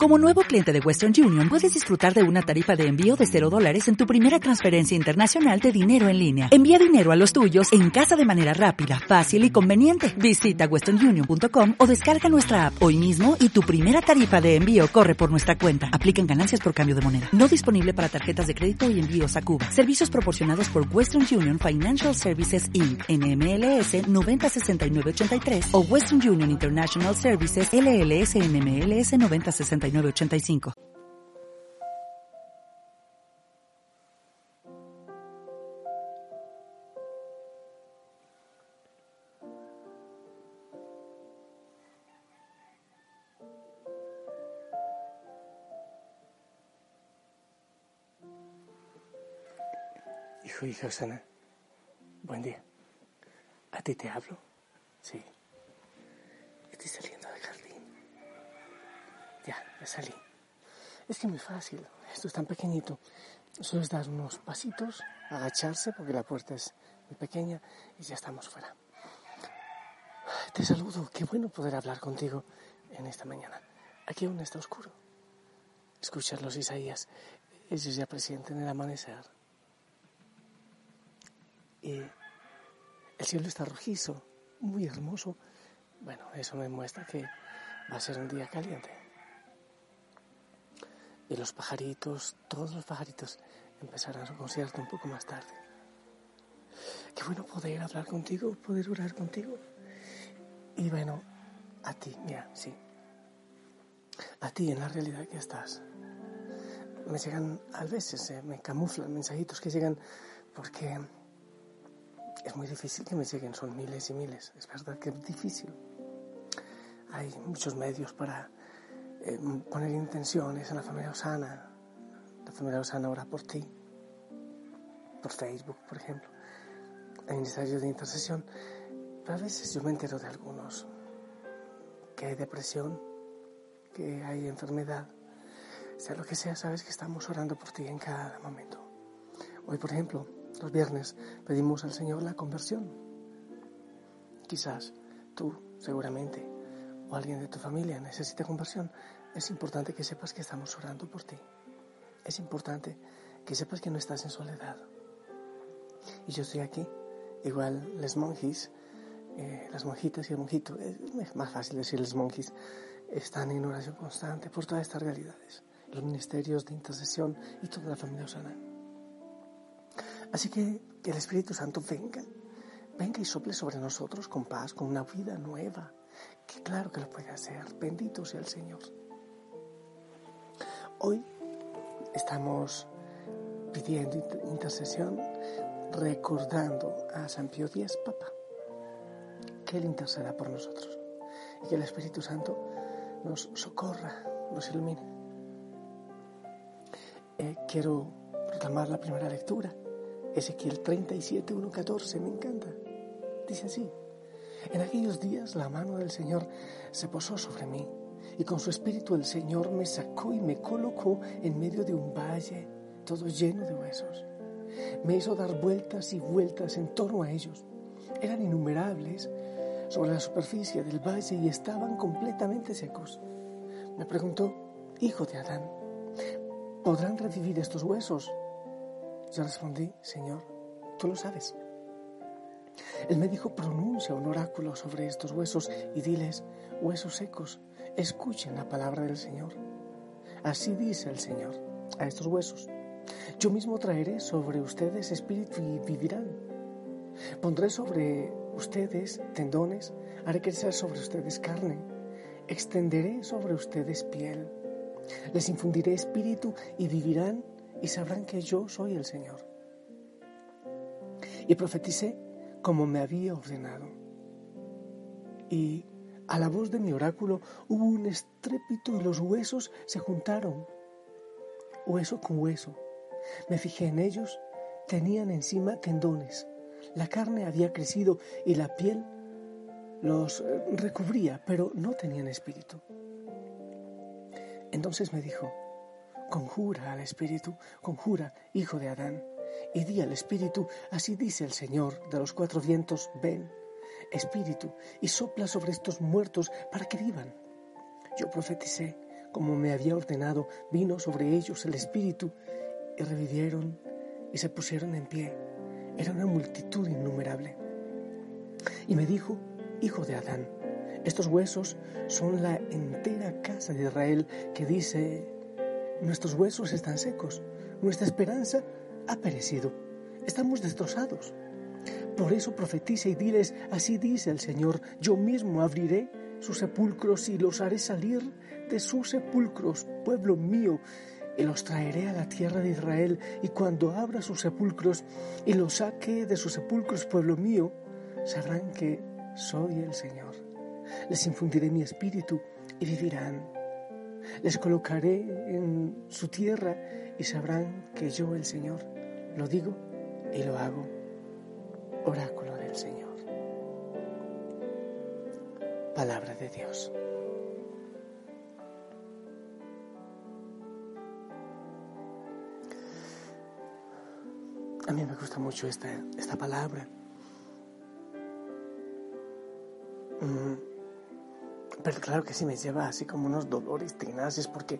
Como nuevo cliente de Western Union, puedes disfrutar de una tarifa de envío de $0 en tu primera transferencia internacional de dinero en línea. Envía dinero a los tuyos en casa de manera rápida, fácil y conveniente. Visita westernunion.com o descarga nuestra app hoy mismo y tu primera tarifa de envío corre por nuestra cuenta. Aplican ganancias por cambio de moneda. No disponible para tarjetas de crédito y envíos a Cuba. Servicios proporcionados por Western Union Financial Services Inc. NMLS 906983 o Western Union International Services LLS NMLS 906985. Hijo y Osana, buen día. ¿A ti te hablo? Sí. Estoy saliendo del jardín. Ya salí. Es que es muy fácil. Esto es tan pequeñito. Solo es dar unos pasitos, agacharse porque la puerta es muy pequeña y ya estamos fuera. Te saludo. Qué bueno poder hablar contigo en esta mañana. Aquí aún está oscuro. Escuchas los Isaías. Ellos ya presienten el amanecer. Y el cielo está rojizo, muy hermoso. Bueno, eso me muestra que va a ser un día caliente. Y los pajaritos, todos los pajaritos, empezarán su concierto un poco más tarde. Qué bueno poder hablar contigo, poder orar contigo. Y bueno, a ti, mira, sí. A ti en la realidad que estás. Me llegan, a veces, me camuflan mensajitos que llegan porque es muy difícil que me lleguen, son miles y miles. Es verdad que es difícil. Hay muchos medios para poner intenciones en la familia Osana. La familia Osana ora por ti. Por Facebook, por ejemplo. Hay ministerios de intercesión. Pero a veces yo me entero de algunos. Que hay depresión. Que hay enfermedad. Sea lo que sea, sabes que estamos orando por ti en cada momento. Hoy, por ejemplo, los viernes pedimos al Señor la conversión. Quizás tú, seguramente, o alguien de tu familia necesita conversión. Es importante que sepas que estamos orando por ti. Es importante que sepas que no estás en soledad. Y yo estoy aquí, igual las monjis, las monjitas y el monjito, es más fácil decir las monjis, están en oración constante por todas estas realidades. Los ministerios de intercesión y toda la familia Osana. Así que el Espíritu Santo venga y sople sobre nosotros con paz, con una vida nueva. Que claro que lo puede hacer. Bendito sea el Señor. Hoy estamos pidiendo intercesión, recordando a San Pío X, Papa, que Él interceda por nosotros y que el Espíritu Santo nos socorra, nos ilumine. Quiero proclamar la primera lectura. Ezequiel 37, 1-14, me encanta. Dice así: en aquellos días la mano del Señor se posó sobre mí, y con su espíritu el Señor me sacó y me colocó en medio de un valle todo lleno de huesos. Me hizo dar vueltas y vueltas en torno a ellos. Eran innumerables sobre la superficie del valle y estaban completamente secos. Me preguntó: hijo de Adán, ¿podrán revivir estos huesos? Yo respondí: Señor, tú lo sabes. Él me dijo: pronuncia un oráculo sobre estos huesos y diles: huesos secos, escuchen la palabra del Señor. Así dice el Señor a estos huesos: yo mismo traeré sobre ustedes espíritu y vivirán. Pondré sobre ustedes tendones, haré crecer sobre ustedes carne, extenderé sobre ustedes piel. Les infundiré espíritu y vivirán y sabrán que yo soy el Señor. Y profeticé como me había ordenado. Y a la voz de mi oráculo hubo un estrépito y los huesos se juntaron, hueso con hueso. Me fijé en ellos, tenían encima tendones. La carne había crecido y la piel los recubría, pero no tenían espíritu. Entonces me dijo: conjura al espíritu, conjura, hijo de Adán, y di al espíritu: así dice el Señor de los cuatro vientos, ven, espíritu, y sopla sobre estos muertos para que vivan. Yo profeticé como me había ordenado, vino sobre ellos el Espíritu y revivieron y se pusieron en pie. Era una multitud innumerable. Y me dijo: hijo de Adán, estos huesos son la entera casa de Israel, que dice: nuestros huesos están secos, nuestra esperanza ha perecido, estamos destrozados. Por eso profetiza y diles: así dice el Señor, yo mismo abriré sus sepulcros y los haré salir de sus sepulcros, pueblo mío, y los traeré a la tierra de Israel. Y cuando abra sus sepulcros y los saque de sus sepulcros, pueblo mío, sabrán que soy el Señor. Les infundiré mi espíritu y vivirán. Les colocaré en su tierra y sabrán que yo, el Señor, lo digo y lo hago. Oráculo del Señor. Palabra de Dios. A mí me gusta mucho esta palabra. Pero claro que sí me lleva así como unos dolores tenaces, porque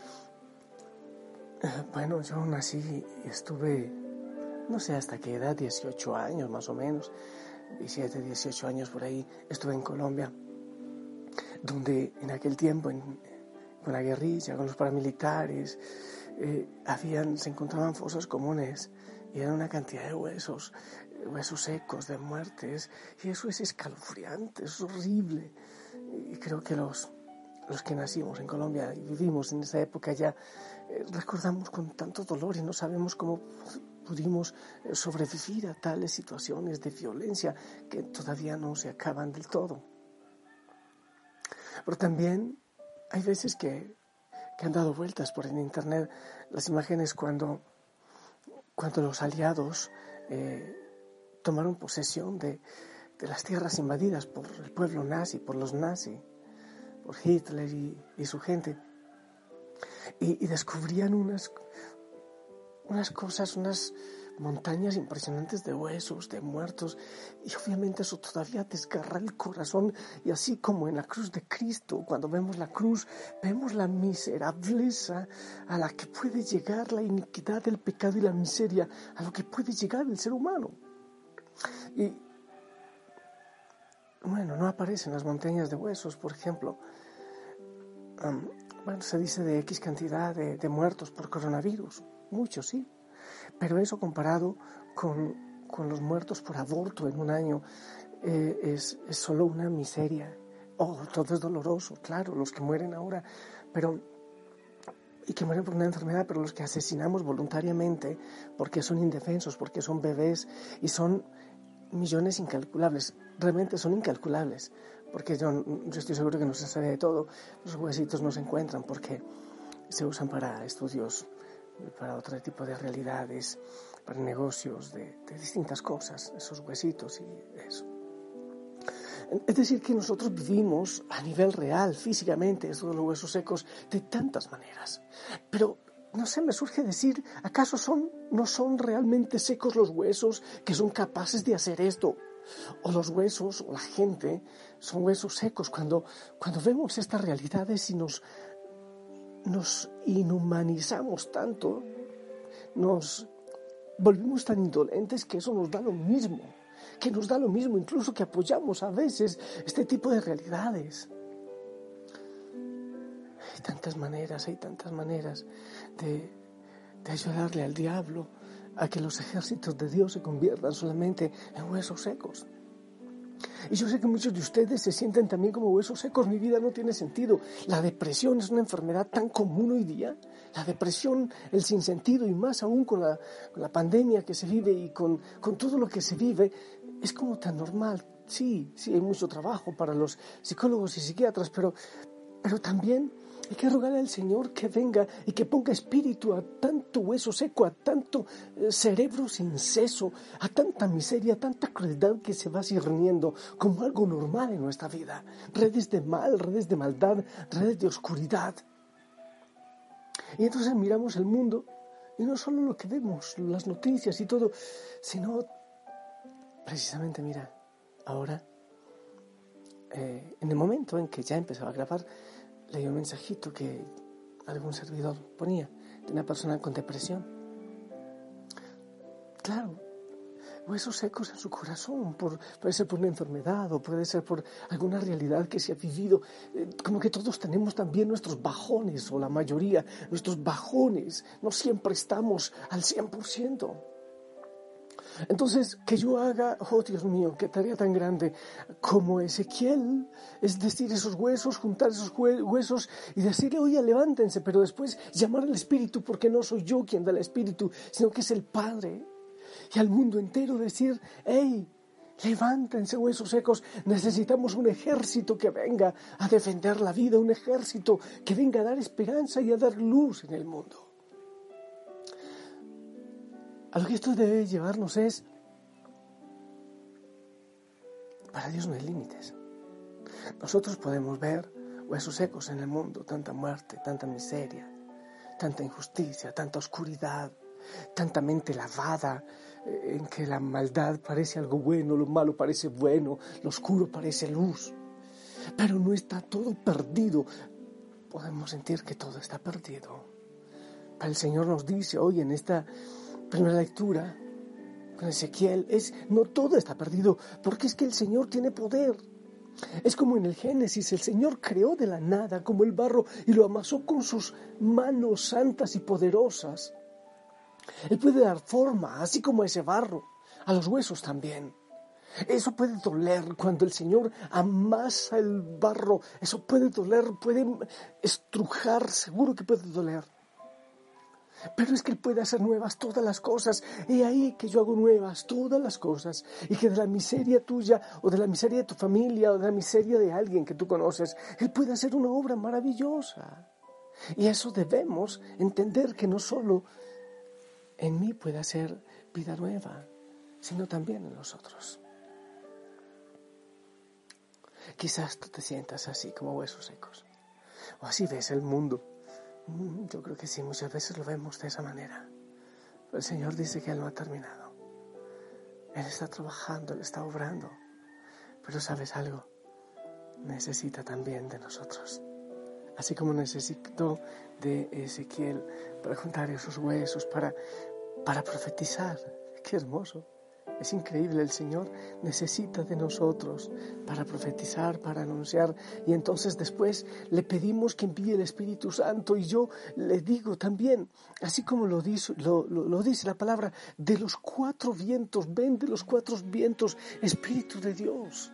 bueno, yo nací y estuve, no sé hasta qué edad, 18 años más o menos, 17, 18 años por ahí, estuve en Colombia, donde en aquel tiempo, con la guerrilla, con los paramilitares, se encontraban fosas comunes y era una cantidad de huesos secos, de muertes, y eso es escalofriante, es horrible. Y creo que los que nacimos en Colombia y vivimos en esa época ya recordamos con tanto dolor y no sabemos cómo pudimos sobrevivir a tales situaciones de violencia que todavía no se acaban del todo. Pero también hay veces que han dado vueltas por en internet las imágenes cuando los aliados tomaron posesión de las tierras invadidas por el pueblo nazi, por los nazis, por Hitler y su gente, y descubrían unas cosas, unas montañas impresionantes de huesos, de muertos, y obviamente eso todavía desgarra el corazón. Y así como en la cruz de Cristo, cuando vemos la cruz, vemos la miserableza a la que puede llegar la iniquidad, el pecado y la miseria, a lo que puede llegar el ser humano. Y bueno, no aparecen las montañas de huesos, por ejemplo. Se dice de X cantidad de muertos por coronavirus, muchos sí, pero eso comparado con los muertos por aborto en un año es solo una miseria. Todo es doloroso, claro, los que mueren ahora, y que mueren por una enfermedad, pero los que asesinamos voluntariamente porque son indefensos, porque son bebés, y son millones incalculables, realmente son incalculables, porque yo estoy seguro que no se sabe de todo. Los huesitos no se encuentran porque se usan para estudios, para otro tipo de realidades, para negocios de distintas cosas, esos huesitos y eso. Es decir, que nosotros vivimos a nivel real, físicamente, esos los huesos secos, de tantas maneras. Pero no sé, me surge decir, ¿acaso no son realmente secos los huesos que son capaces de hacer esto? O los huesos, o la gente, son huesos secos. Cuando vemos estas realidades y nos inhumanizamos tanto, nos volvimos tan indolentes que eso nos da lo mismo. Incluso que apoyamos a veces este tipo de realidades. Hay tantas maneras de ayudarle al diablo a que los ejércitos de Dios se conviertan solamente en huesos secos. Y yo sé que muchos de ustedes se sienten también como huesos secos. Mi vida no tiene sentido. La depresión es una enfermedad tan común hoy día. La depresión, el sinsentido, y más aún con la pandemia que se vive y con todo lo que se vive, es como tan normal. Sí, hay mucho trabajo para los psicólogos y psiquiatras, pero también hay que rogarle al Señor que venga y que ponga espíritu a tanto hueso seco, a tanto cerebro sin seso, a tanta miseria, a tanta crueldad que se va cirniendo como algo normal en nuestra vida. Redes de mal, redes de maldad, redes de oscuridad. Y entonces miramos el mundo y no solo lo que vemos, las noticias y todo, sino precisamente, mira, ahora, en el momento en que ya empezaba a grabar, leí un mensajito que algún servidor ponía de una persona con depresión. Claro, huesos secos en su corazón, puede ser por una enfermedad o puede ser por alguna realidad que se ha vivido. Como que todos tenemos también nuestros bajones, o la mayoría, nuestros bajones. No siempre estamos al 100%. Entonces, que yo haga, oh Dios mío, qué tarea tan grande, como Ezequiel, es decir, esos huesos, juntar esos huesos y decirle, oye, levántense, pero después llamar al Espíritu, porque no soy yo quien da el Espíritu, sino que es el Padre. Y al mundo entero decir, hey, levántense huesos secos, necesitamos un ejército que venga a defender la vida, un ejército que venga a dar esperanza y a dar luz en el mundo. A lo que esto debe llevarnos es, para Dios no hay límites. Nosotros podemos ver huesos secos en el mundo, tanta muerte, tanta miseria, tanta injusticia, tanta oscuridad, tanta mente lavada, en que la maldad parece algo bueno, lo malo parece bueno, lo oscuro parece luz. Pero no está todo perdido. Podemos sentir que todo está perdido. Pero el Señor nos dice hoy en esta primera lectura con Ezequiel, no todo está perdido, porque es que el Señor tiene poder. Es como en el Génesis, el Señor creó de la nada como el barro y lo amasó con sus manos santas y poderosas. Él puede dar forma, así como ese barro, a los huesos también. Eso puede doler cuando el Señor amasa el barro, eso puede doler, puede estrujar, seguro que puede doler. Pero es que Él puede hacer nuevas todas las cosas. He ahí que yo hago nuevas todas las cosas. Y que de la miseria tuya, o de la miseria de tu familia, o de la miseria de alguien que tú conoces, Él puede hacer una obra maravillosa. Y eso debemos entender, que no solo en mí puede hacer vida nueva, sino también en los otros. Quizás tú te sientas así, como huesos secos. O así ves el mundo. Yo creo que sí, muchas veces lo vemos de esa manera. Pero el Señor dice que Él no ha terminado. Él está trabajando, Él está obrando. Pero ¿sabes algo? Necesita también de nosotros. Así como necesitó de Ezequiel para juntar esos huesos, para profetizar. ¡Qué hermoso! Es increíble, el Señor necesita de nosotros para profetizar, para anunciar, y entonces después le pedimos que envíe el Espíritu Santo. Y yo le digo también, así como lo dice la palabra, de los 4 vientos, ven de los 4 vientos, Espíritu de Dios.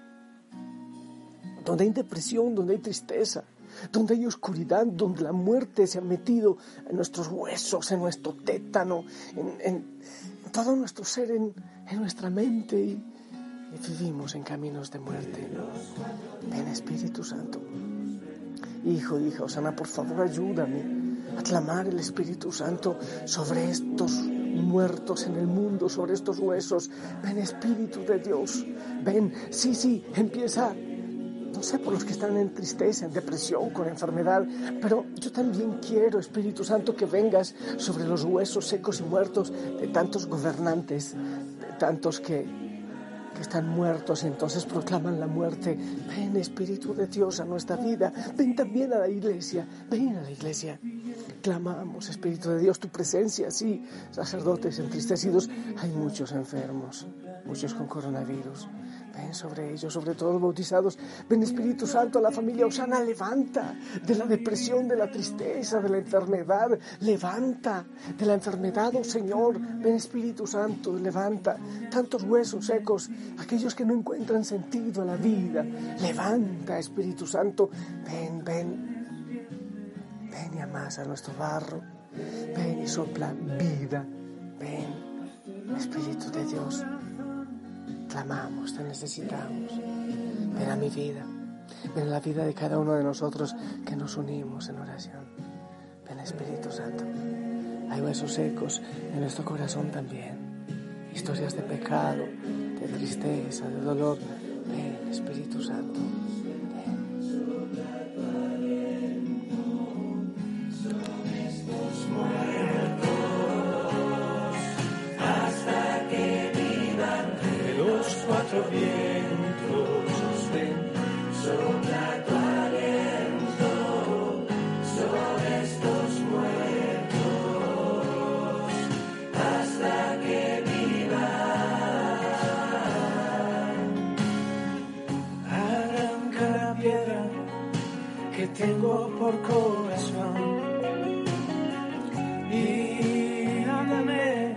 Donde hay depresión, donde hay tristeza, donde hay oscuridad, donde la muerte se ha metido en nuestros huesos, en nuestro tétano, en todo nuestro ser, en nuestra mente, y vivimos en caminos de muerte. Ven, Espíritu Santo. Hijo, hija, Osana, por favor, ayúdame a clamar el Espíritu Santo sobre estos muertos en el mundo, sobre estos huesos. Ven, Espíritu de Dios. Ven, sí, empieza. No sé, por los que están en tristeza, en depresión, con enfermedad, pero yo también quiero, Espíritu Santo, que vengas sobre los huesos secos y muertos de tantos gobernantes, de tantos que están muertos y entonces proclaman la muerte. Ven, Espíritu de Dios, a nuestra vida. Ven también a la iglesia. Ven a la iglesia. Clamamos, Espíritu de Dios, tu presencia. Sí, sacerdotes entristecidos. Hay muchos enfermos, muchos con coronavirus. Ven sobre ellos, sobre todos los bautizados. Ven, Espíritu Santo, a la familia Osana, levanta de la depresión, de la tristeza, de la enfermedad. Levanta de la enfermedad, oh Señor. Ven, Espíritu Santo, levanta tantos huesos secos, aquellos que no encuentran sentido a la vida. Levanta, Espíritu Santo. Ven y amasa nuestro barro. Ven y sopla vida. Ven, Espíritu de Dios. Clamamos, te necesitamos. Ven a mi vida, ven a la vida de cada uno de nosotros que nos unimos en oración. Ven, Espíritu Santo. Hay huesos secos en nuestro corazón también. Historias de pecado, de tristeza, de dolor. Ven, Espíritu Santo. Vientos, ven, sopla tu aliento sobre estos por corazón. Y dándome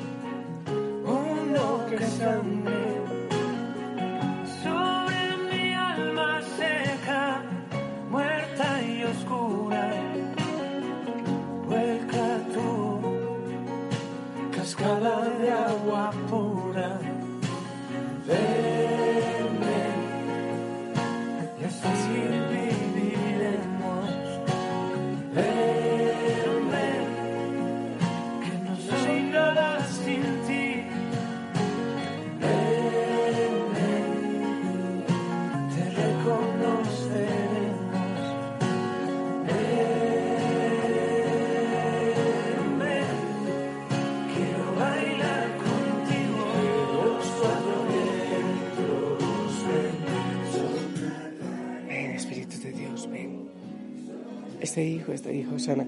uno que sangre sobre mi alma seca, muerta y oscura. Vuelca tu cascada de agua pura. Ven, y es fácil viviremos. Ven, que no soy nada sin ti. Ven, te reconoceremos. Ven, quiero bailar contigo. Los cuatro vientos, ven, Espíritu de Dios, ven. Esta hija, Osana,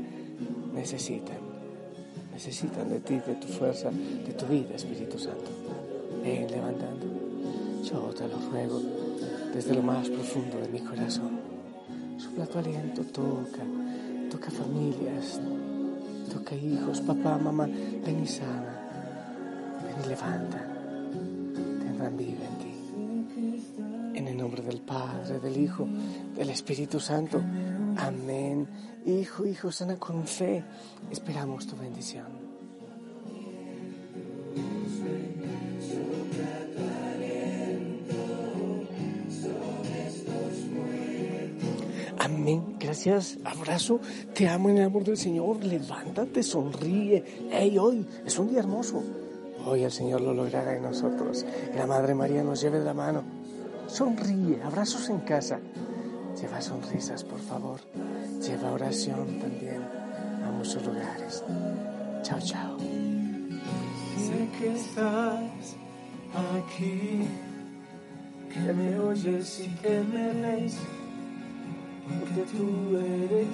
necesitan de ti, de tu fuerza, de tu vida, Espíritu Santo. Ven levantando. Yo te lo ruego desde lo más profundo de mi corazón. Sopla tu aliento, toca familias, toca hijos, papá, mamá. Ven y sana, ven y levanta. Tendrán vida en ti. En el nombre del Padre, del Hijo, del Espíritu Santo. Amén. Hijo, sana con fe. Esperamos tu bendición. Amén. Gracias. Abrazo. Te amo en el amor del Señor. Levántate, sonríe. Hoy es un día hermoso. Hoy el Señor lo logrará en nosotros. Que la Madre María nos lleve de la mano. Sonríe. Abrazos en casa. Lleva sonrisas, por favor. Lleva oración también a muchos lugares. Chao, chao. Sé que estás aquí, que me oyes y que me ves, porque tú eres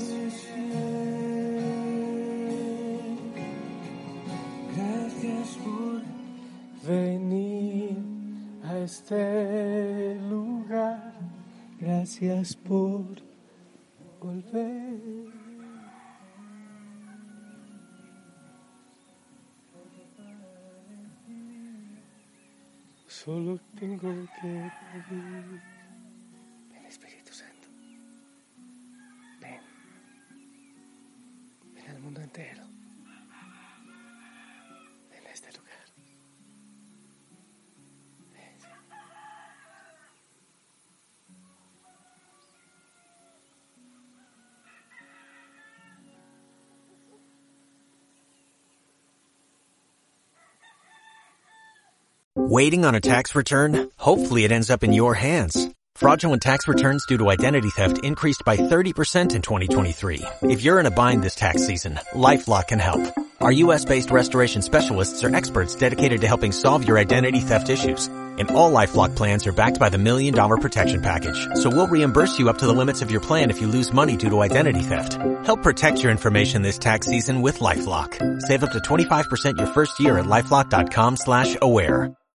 fiel. Gracias por venir a este lugar. Gracias por volver. Solo tengo que pedir. Ven, Espíritu Santo. Ven. Ven al mundo entero. Ven a este lugar. Ven. Waiting on a tax return? Hopefully it ends up in your hands. Fraudulent tax returns due to identity theft increased by 30% in 2023. If you're in a bind this tax season, LifeLock can help. Our U.S.-based restoration specialists are experts dedicated to helping solve your identity theft issues. And all LifeLock plans are backed by the $1 Million Protection Package. So we'll reimburse you up to the limits of your plan if you lose money due to identity theft. Help protect your information this tax season with LifeLock. Save up to 25% your first year at LifeLock.com/aware.